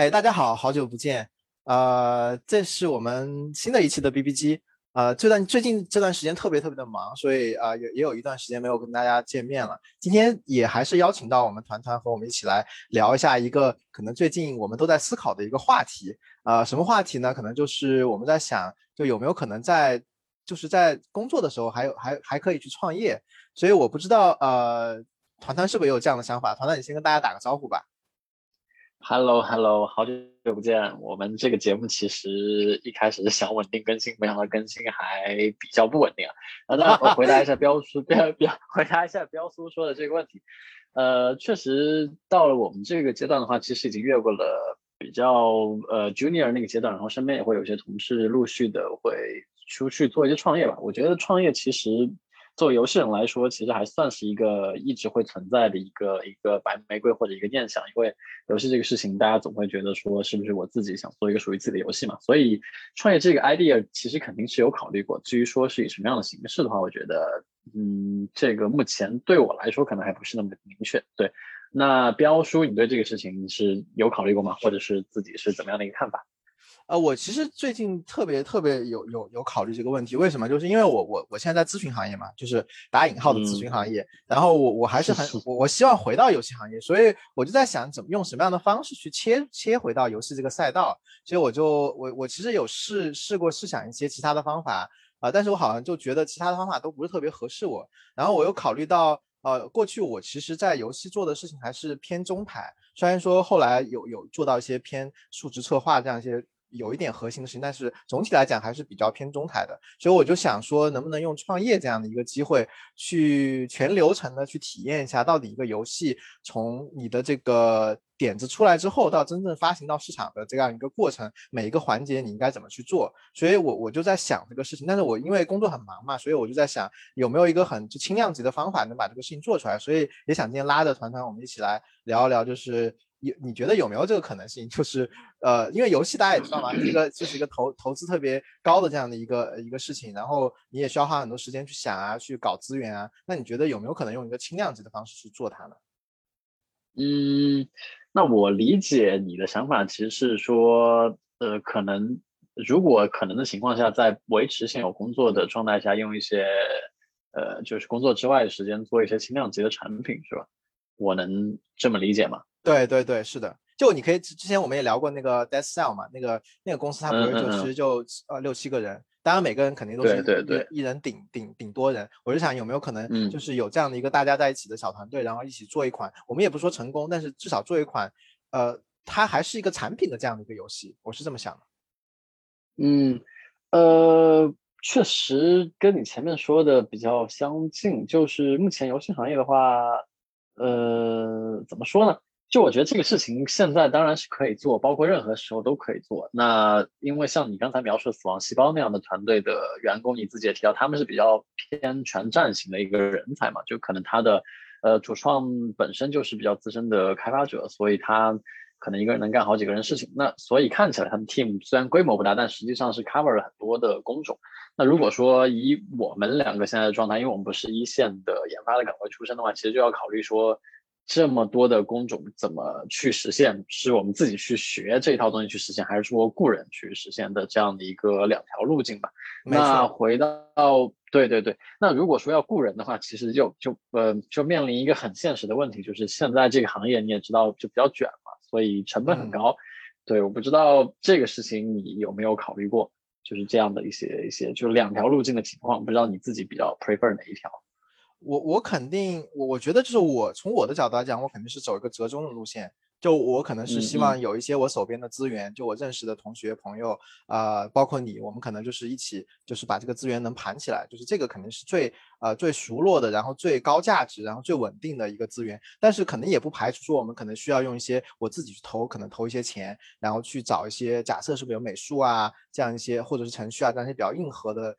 哎，大家好，好久不见。这是我们新的一期的 BBG。最近这段时间特别的忙，所以也有一段时间没有跟大家见面了。今天也还是邀请到我们团团和我们一起来聊一下一个可能最近我们都在思考的一个话题。什么话题呢？可能就是我们在想，就有没有可能在工作的时候还可以去创业。所以我不知道团团是不是也有这样的想法？团团，你先跟大家打个招呼吧。 h e l l o h e l l o 好久不见。我们这个节目其实一开始是想稳定更新，没想到更新还比较不稳定啊。那我回答一下回答一下彪叔说的这个问题。确实到了我们这个阶段的话，其实已经越过了比较junior 那个阶段，然后身边也会有一些同事陆续的会出去做一些创业吧。我觉得创业其实作为游戏人来说，其实还算是一个一直会存在的一个白玫瑰或者一个念想，因为游戏这个事情，大家总会觉得说，是不是我自己想做一个属于自己的游戏嘛？所以创业这个 idea 其实肯定是有考虑过。至于说是以什么样的形式的话，我觉得，这个目前对我来说可能还不是那么明确。对，那彪叔，你对这个事情是有考虑过吗？或者是自己是怎么样的一个看法？ 我其实最近特别有考虑这个问题。为什么？就是因为我现在在咨询行业嘛，就是打引号的咨询嗯， 行业。然后我还是我希望回到游戏行业，所以我就在想怎么用什么样的方式去切回到游戏这个赛道。所以我其实有试想一些其他的方法但是我好像就觉得其他的方法都不是特别合适我。然后我又考虑到过去我其实在游戏做的事情还是偏中台，虽然说后来有做到一些偏数值策划这样一些有一点核心的事情，但是总体来讲还是比较偏中台的。所以我就想说，能不能用创业这样的一个机会，去全流程的去体验一下，到底一个游戏从你的这个点子出来之后，到真正发行到市场的这样一个过程，每一个环节你应该怎么去做。所以我就在想这个事情，但是我因为工作很忙嘛，所以我就在想有没有一个就轻量级的方法能把这个事情做出来。所以也想今天拉着团团我们一起来聊一聊，就是你觉得有没有这个可能性？就是因为游戏大家也知道嘛，就是一个投资特别高的这样的一个事情，然后你也需要花很多时间去想啊，去搞资源啊。那你觉得有没有可能用一个轻量级的方式去做它呢？ 嗯，那我理解你的想法，其实是说，可能如果可能的情况下，在维持现有工作的状态下，用一些就是工作之外的时间做一些轻量级的产品，是吧？我能这么理解吗？ 对对对，是的。就你可以之前我们也聊过那个 Death Cell 嘛，那个公司它不是就其实嗯嗯嗯， 就六七个人，当然每个人肯定都是对对对， 一人顶多人。我就想有没有可能就嗯。 是有这样的一个大家在一起的小团队，然后一起做一款，我们也不说成功，但是至少做一款它还是一个产品的这样的一个游戏，我是这么想的。 嗯，确实跟你前面说的比较相近。就是目前游戏行业的话，怎么说呢？就我觉得这个事情现在当然是可以做，包括任何时候都可以做。那因为像你刚才描述的死亡细胞那样的团队的员工，你自己也提到他们是比较偏全站型的一个人才嘛，就可能他的主创本身就是比较资深的开发者，所以他可能一个人能干好几个人事情。那所以看起来他们 team 虽然规模不大，但实际上是 cover 了很多的工种。那如果说以我们两个现在的状态，因为我们不是一线的研发的岗位出身的话，其实就要考虑说，这么多的工种怎么去实现？是我们自己去学这套东西去实现，还是说雇人去实现的这样的一个两条路径吧？ 没错。 那回到对对对，那如果说要雇人的话，其实就面临一个很现实的问题，就是现在这个行业你也知道就比较卷嘛，所以成本很嗯。 高。对，我不知道这个事情你有没有考虑过，就是这样的一些就两条路径的情况，不知道你自己比较 prefer 哪一条？ 我肯定，我觉得就是从我的角度来讲，我肯定是走一个折中的路线。就我可能是希望嗯嗯有一些我手边的资源，就我认识的同学朋友，包括你，我们可能就是一起，就是把这个资源能盘起来，就是这个肯定是最熟络的，然后最高价值，然后最稳定的一个资源。但是可能也不排除说我们可能需要用一些我自己去投，可能投一些钱，然后去找一些假设是不是有美术啊这样一些，或者是程序啊这样一些比较硬核的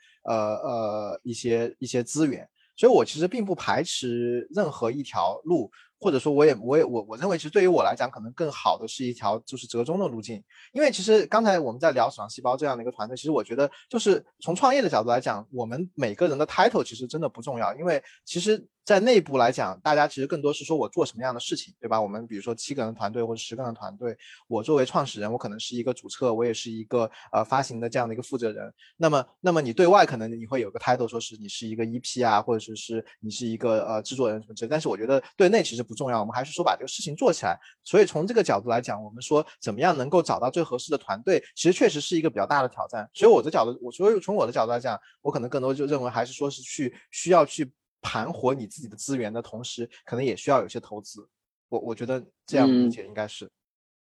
一些资源。所以我其实并不排斥任何一条路，或者说我认为，其实对于我来讲，可能更好的是一条就是折中的路径。因为其实刚才我们在聊死亡细胞这样的一个团队，其实我觉得就是从创业的角度来讲，我们每个人的 title 其实真的不重要，因为其实在内部来讲，大家其实更多是说我做什么样的事情，对吧？我们比如说7个人团队或者10个人团队，我作为创始人，我可能是一个主策，我也是一个发行的这样的一个负责人。那么你对外可能你会有个 title， 说是你是一个 EP 啊，或者是你是一个制作人什么之类。但是我觉得对内其实不重要，我们还是说把这个事情做起来。所以从这个角度来讲，我们说怎么样能够找到最合适的团队，其实确实是一个比较大的挑战。所以从我的角度来讲，我可能更多就认为还是说是需要去盘活你自己的资源的同时，可能也需要有些投资。我觉得这样理解应该是。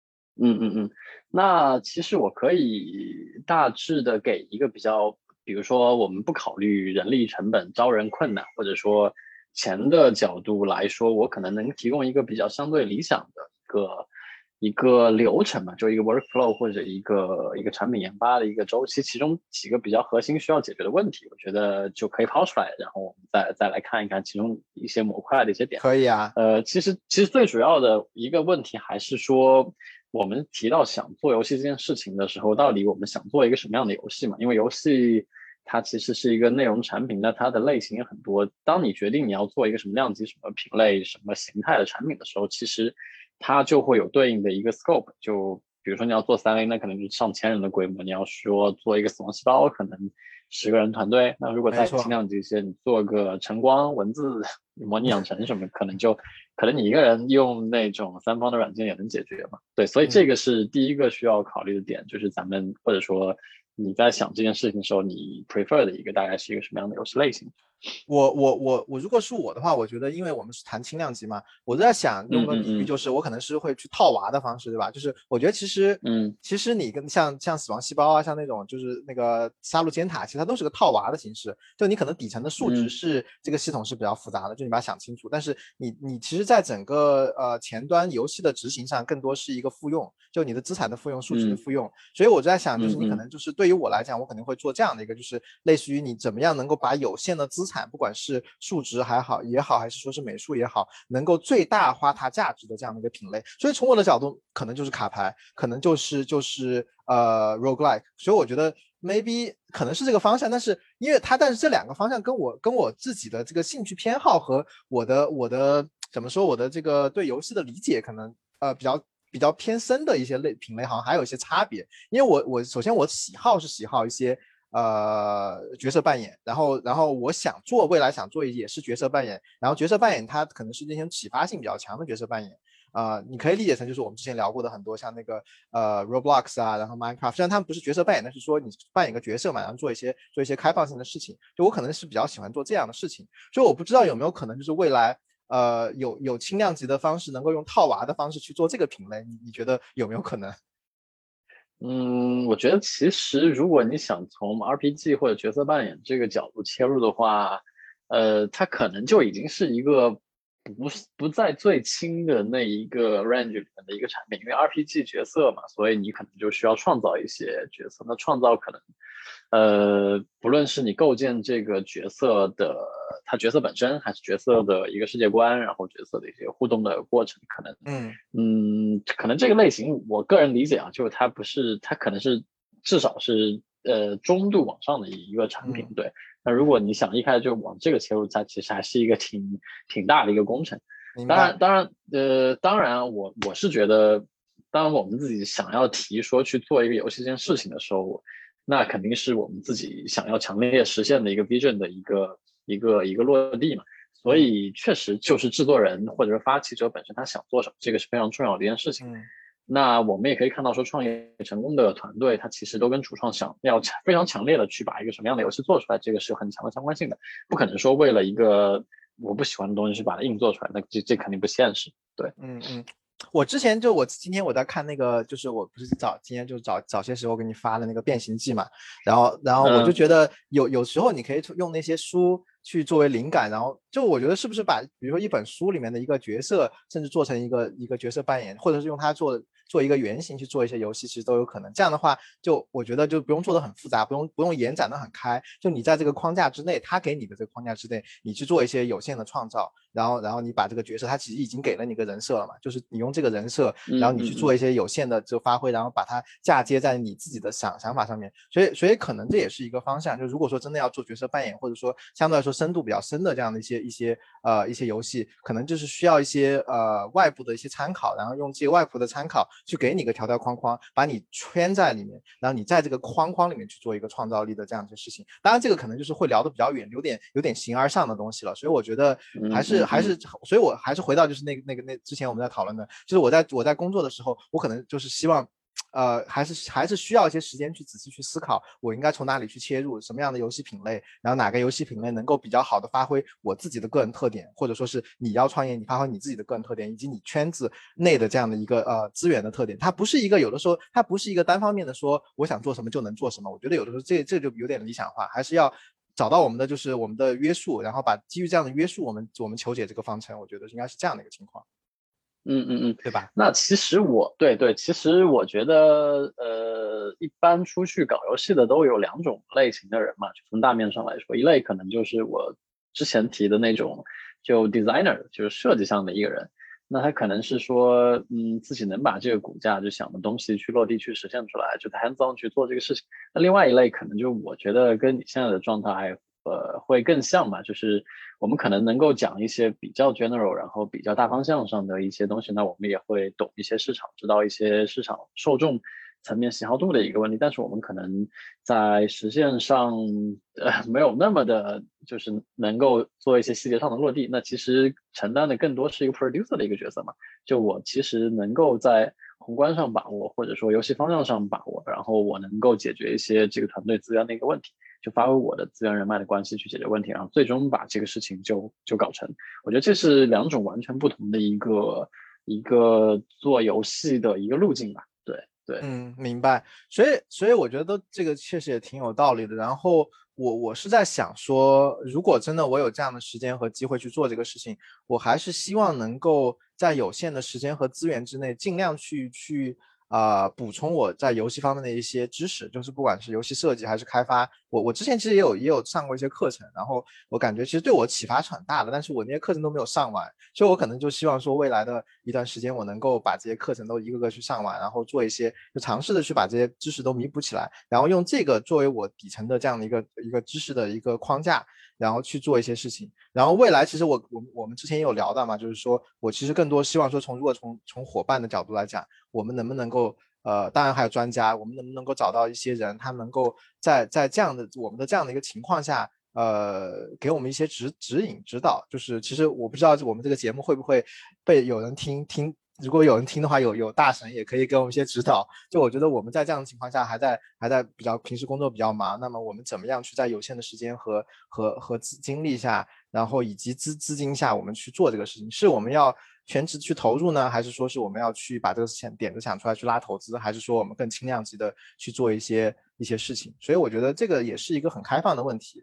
那其实我可以大致的给一个比较，比如说我们不考虑人力成本、招人困难，或者说钱的角度来说，我可能能提供一个比较相对理想的一个流程嘛，就一个 workflow 或者一个产品研发的一个周期，其中几个比较核心需要解决的问题，我觉得就可以抛出来，然后我们再来看一看其中一些模块的一些点。 可以啊。 其实最主要的一个问题还是说，我们提到想做游戏这件事情的时候，到底我们想做一个什么样的游戏嘛？因为游戏它其实是一个内容产品，那它的类型也很多。当你决定你要做一个什么量级、什么品类、什么形态的产品的时候，其实它就会有对应的一个 scope。就比如说你要做3A，那可能就是上千人的规模；你要说做一个死亡细胞，可能10个人团队。那如果再轻量级一些，你做个晨光、文字模拟养成什么，可能你一个人用那种3方的软件也能解决嘛。对，所以这个是第一个需要考虑的点，就是咱们或者说你在想这件事情的时候，你 prefer 的一个大概是一个什么样的游戏类型？ 我如果是我的话，我觉得因为我们是谈轻量级嘛，我在想用个比喻，就是我可能是会去套娃的方式，对吧？就是我觉得其实你跟像死亡细胞啊，像那种就是那个杀戮尖塔，其实它都是个套娃的形式。就你可能底层的数值是这个系统是比较复杂的，就你把它想清楚。但是你其实在整个前端游戏的执行上，更多是一个复用，就你的资产的复用、数值的复用。所以我在想，就是你可能就是对于我来讲，我可能会做这样的一个，就是类似于你怎么样能够把有限的资产，不管是数值也好，还是说是美术也好，能够最大化它价值的这样的一个品类。所以从我的角度，可能就是卡牌，可能就是roguelike。所以我觉得 maybe 可能是这个方向，但是这两个方向跟我自己的这个兴趣偏好和我的怎么说，我的这个对游戏的理解可能比较偏深的一些品类，好像还有一些差别。因为我首先我喜好一些角色扮演，然后未来想做也是角色扮演，然后角色扮演它可能是那些启发性比较强的角色扮演。你可以理解成就是我们之前聊过的很多像那个Roblox 啊，然后 Minecraft，虽然他们不是角色扮演，但是说你扮演个角色嘛，然后做一些开放性的事情，就我可能是比较喜欢做这样的事情。所以我不知道有没有可能就是未来有轻量级的方式能够用套娃的方式去做这个品类，你觉得有没有可能？ 我觉得其实如果你想从 RPG 或者角色扮演这个角度切入的话，它可能就已经是一个不在最轻的那一个 range 里面的一个产品，因为 RPG 角色嘛，所以你可能就需要创造一些角色。那创造可能，不论是你构建这个角色的它角色本身，还是角色的一个世界观，然后角色的一些互动的过程，可能这个类型，我个人理解啊，就是它可能是至少是中度往上的一个产品，对。那如果你想一开始就往这个切入，它其实还是一个挺大的一个工程。当然，我是觉得，当我们自己想要提说去做一个游戏这件事情的时候，那肯定是我们自己想要强烈实现的一个 vision 的一个落地嘛。所以确实就是制作人或者是发起者本身他想做什么，这个是非常重要的一件事情。那我们也可以看到说，创业成功的团队，他其实都跟主创想要非常强烈的去把一个什么样的游戏做出来，这个是有很强的相关性的，不可能说为了一个我不喜欢的东西去把它硬做出来，那这肯定不现实。对， 我今天我在看那个，就是我不是今天就早些时候给你发的那个变形记嘛，然后我就觉得有时候你可以用那些书去作为灵感，然后就我觉得是不是把比如说一本书里面的一个角色，甚至做成一个角色扮演，或者是用它做一个原型去做一些游戏，其实都有可能。这样的话，就我觉得就不用做的很复杂，不用延展的很开，就你在这个框架之内，他给你的这个框架之内，你去做一些有限的创造，然后你把这个角色，他其实已经给了你一个人设了嘛，就是你用这个人设，然后你去做一些有限的这个发挥，然后把它嫁接在你自己的想法上面。所以可能这也是一个方向。就如果说真的要做角色扮演，或者说相对来说说深度比较深的这样的一些游戏，可能就是需要一些外部的一些参考，然后用这些外部的参考去给你一个条条框框，把你圈在里面，然后你在这个框框里面去做一个创造力的这样一些事情。当然，这个可能就是会聊得比较远，有点形而上的东西了。所以我觉得所以我还是回到就是那之前我们在讨论的，就是我在工作的时候，我可能就是希望。还是需要一些时间去仔细去思考，我应该从哪里去切入，什么样的游戏品类，然后哪个游戏品类能够比较好的发挥我自己的个人特点，或者说是你要创业，你发挥你自己的个人特点，以及你圈子内的这样的一个资源的特点。它不是一个有的时候它不是一个单方面的说我想做什么就能做什么，我觉得有的时候这就有点理想化，还是要找到我们的约束，然后把基于这样的约束，我们求解这个方程，我觉得应该是这样的一个情况。对吧？ 那其实其实我觉得，一般出去搞游戏的都有两种类型的人嘛，就从大面上来说，一类可能就是我之前提的那种，就 designer，就是设计上的一个人，那他可能是说，自己能把这个骨架就想的东西去落地去实现出来，就 hands on 去做这个事情。那另外一类可能就我觉得跟你现在的状态会更像吧，就是我们可能能够讲一些比较 general，然后比较大方向上的一些东西，那我们也会懂一些市场，知道一些市场受众层面喜好度的一个问题，但是我们可能在实现上没有那么的，就是能够做一些细节上的落地，那其实承担的更多是一个 producer 的一个角色嘛，就我其实能够在宏观上把握，或者说游戏方向上把握，然后我能够解决一些这个团队资源的一个问题。就发挥我的资源人脉的关系去解决问题，然后最终把这个事情就搞成。我觉得这是两种完全不同的一个做游戏的一个路径吧。对对， 明白。所以我觉得这个确实也挺有道理的。然后我是在想说，如果真的我有这样的时间和机会去做这个事情，我还是希望能够在有限的时间和资源之内，尽量去补充我在游戏方面的一些知识，就是不管是游戏设计还是开发，我之前其实也有上过一些课程，然后我感觉其实对我启发是很大的，但是我那些课程都没有上完，所以我可能就希望说未来的一段时间我能够把这些课程都一个个去上完，然后做一些就尝试的去把这些知识都弥补起来，然后用这个作为我底层的这样的一个知识的一个框架，然后去做一些事情。然后未来其实我们之前也有聊到嘛，就是说我其实更多希望说如果从伙伴的角度来讲，我们能不能够当然还有专家，我们能不能够找到一些人，他能够在这样的我们的这样的一个情况下，给我们一些指引指导。就是其实我不知道我们这个节目会不会被有人听，如果有人听的话，有大神也可以给我们一些指导。就我觉得我们在这样的情况下，还在比较平时工作比较忙，那么我们怎么样去在有限的时间和精力下，然后以及资金下，我们去做这个事情？是我们要全职去投入呢，还是说是我们要去把这个点子想出来去拉投资，还是说我们更轻量级的去做一些事情？所以我觉得这个也是一个很开放的问题。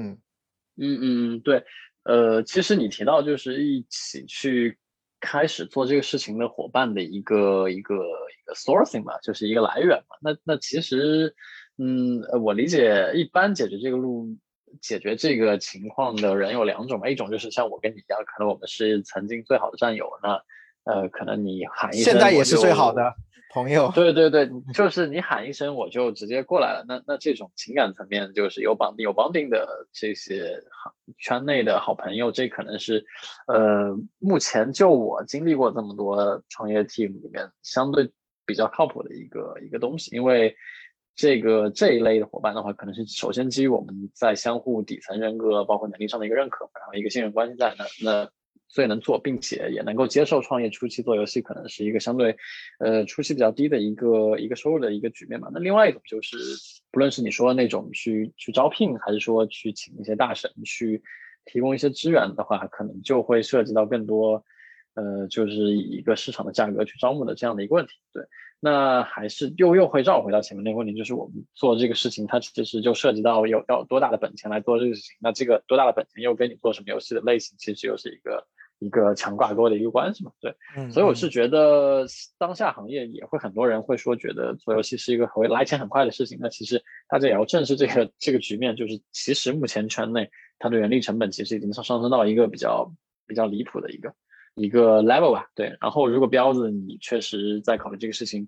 对，其实你提到就是一起去开始做这个事情的伙伴的一个 sourcing 嘛，就是一个来源嘛。那其实，我理解一般解决这个情况的人有两种嘛，一种就是像我跟你一样，可能我们是曾经最好的战友，那可能你喊一现在也是声我就最好的朋友。 对对对，就是你喊一声我就直接过来了。那这种情感层面就是有绑定的这些圈内的好朋友，这可能是目前就我经历过这么多创业 team 里面相对比较靠谱的一个东西。因为这一类的伙伴的话，可能是首先基于我们在相互底层人格包括能力上的一个认可，然后一个信任关系在那最能做，并且也能够接受创业初期做游戏可能是一个相对，初期比较低的一个收入的一个局面嘛。那另外一种就是，不论是你说那种去招聘，还是说去请一些大神去提供一些资源的话，可能就会涉及到更多，就是以一个市场的价格去招募的这样的一个问题。对，那还是又会绕回到前面那个问题，就是我们做这个事情，它其实就涉及到要多大的本钱来做这个事情。那这个多大的本钱又跟你做什么游戏的类型，其实又是一个强挂钩的一个关系嘛。对，所以我是觉得当下行业也会很多人会说，觉得做游戏是一个来钱很快的事情。那其实大家也要正视这个局面，就是其实目前圈内它的人力成本其实已经上升到一个比较离谱的一个 level 吧。对，然后如果彪子你确实在考虑这个事情，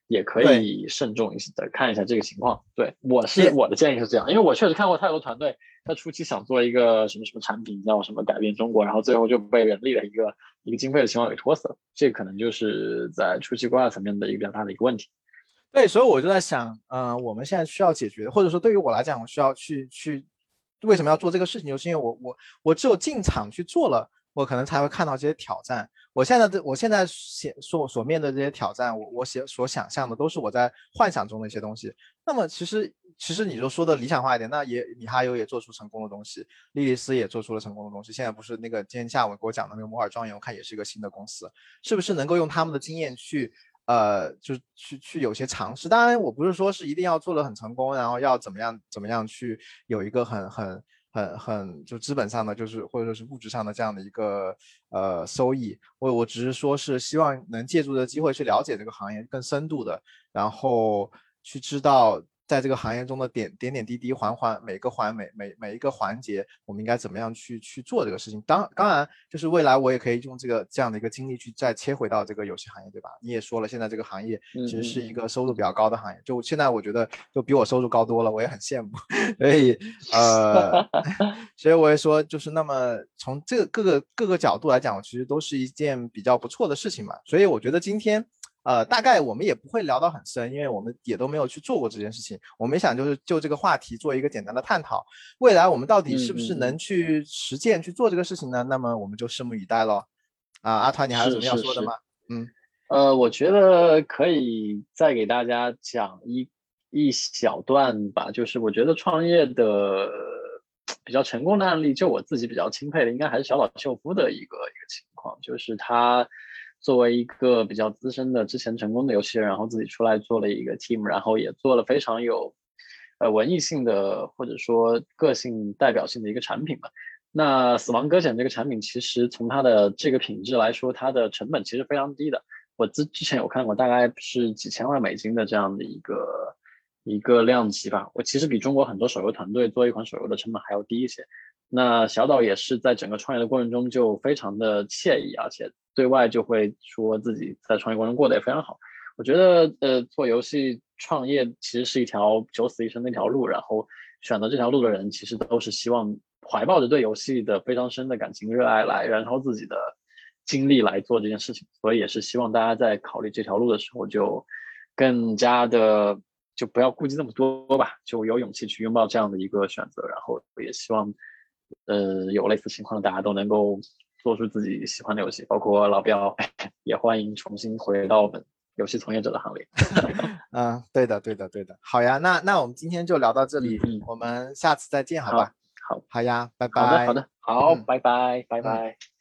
也可对， 以慎重一些的看一下这个情况。对， 也我的建议是这样，因为我确实看过太多团队，他初期想做一个什么什么产品，叫什么改变中国，然后最后就被人力的一个经费的情况给拖死了。这可能就是在初期规划层面的一个比较大的一个问题。 对，所以我就在想，我们现在需要解决，或者说对于我来讲，我需要去，为什么要做这个事情，就是因为我只有进场去做了，我可能才会看到这些挑战。我现在所面对这些挑战，我所想象的都是我在幻想中的一些东西。那么其实你就说的理想化一点，那米哈游也做出成功的东西，莉莉丝也做出了成功的东西。现在不是那个今天下午给我讲的那个摩尔庄园，我看也是一个新的公司，是不是能够用他们的经验去就是去有些尝试。当然，我不是说是一定要做得很成功，然后要怎么样去有一个很就资本上的，就是或者说是物质上的这样的一个收益。我只是说是希望能借助的机会去了解这个行业更深度的，然后去知道在这个行业中的点点滴滴每一个环节，我们应该怎么样去做这个事情。当然，就是未来我也可以用这样的一个经历去再切回到这个游戏行业，对吧？你也说了，现在这个行业其实是一个收入比较高的行业，就现在我觉得就比我收入高多了，我也很羡慕。所以所以我也说，就是那么从这个各个角度来讲，其实都是一件比较不错的事情嘛。所以我觉得今天大概我们也不会聊到很深，因为我们也都没有去做过这件事情。我们也想就是就这个话题做一个简单的探讨，未来我们到底是不是能去实践去做这个事情呢？那么我们就拭目以待咯。阿团，你还有什是么要说的吗？ 是是， 嗯我觉得可以再给大家讲一小段吧，就是我觉得创业的比较成功的案例，就我自己比较钦佩的，应该还是小岛秀夫的一个情况，就是他作为一个比较资深的之前成功的游戏人，然后自己出来做了一个 team，然后也做了非常有文艺性的或者说个性代表性的一个产品吧。那《死亡搁浅》这个产品，其实从它的这个品质来说，它的成本其实非常低的。我之前有看过，大概是几千万美金的这样的一个量级吧。我其实比中国很多手游团队做一款手游的成本还要低一些。那小岛也是在整个创业的过程中就非常的惬意，而且对外就会说自己在创业过程中过得也非常好。我觉得做游戏创业其实是一条九死一生的一条路，然后选择这条路的人其实都是希望怀抱着对游戏的非常深的感情热爱来燃烧自己的精力来做这件事情，所以也是希望大家在考虑这条路的时候就更加的就不要顾忌那么多吧，就有勇气去拥抱这样的一个选择，然后也希望有类似情况的大家都能够做出自己喜欢的游戏，包括老彪也欢迎重新回到我们游戏从业者的行列。 对的对的对的，好呀，那我们今天就聊到这里， 嗯嗯， 我们下次再见，好吧？ 好，好， 好呀，拜拜。 好的，好的，好， 嗯拜拜，拜嗯。 拜。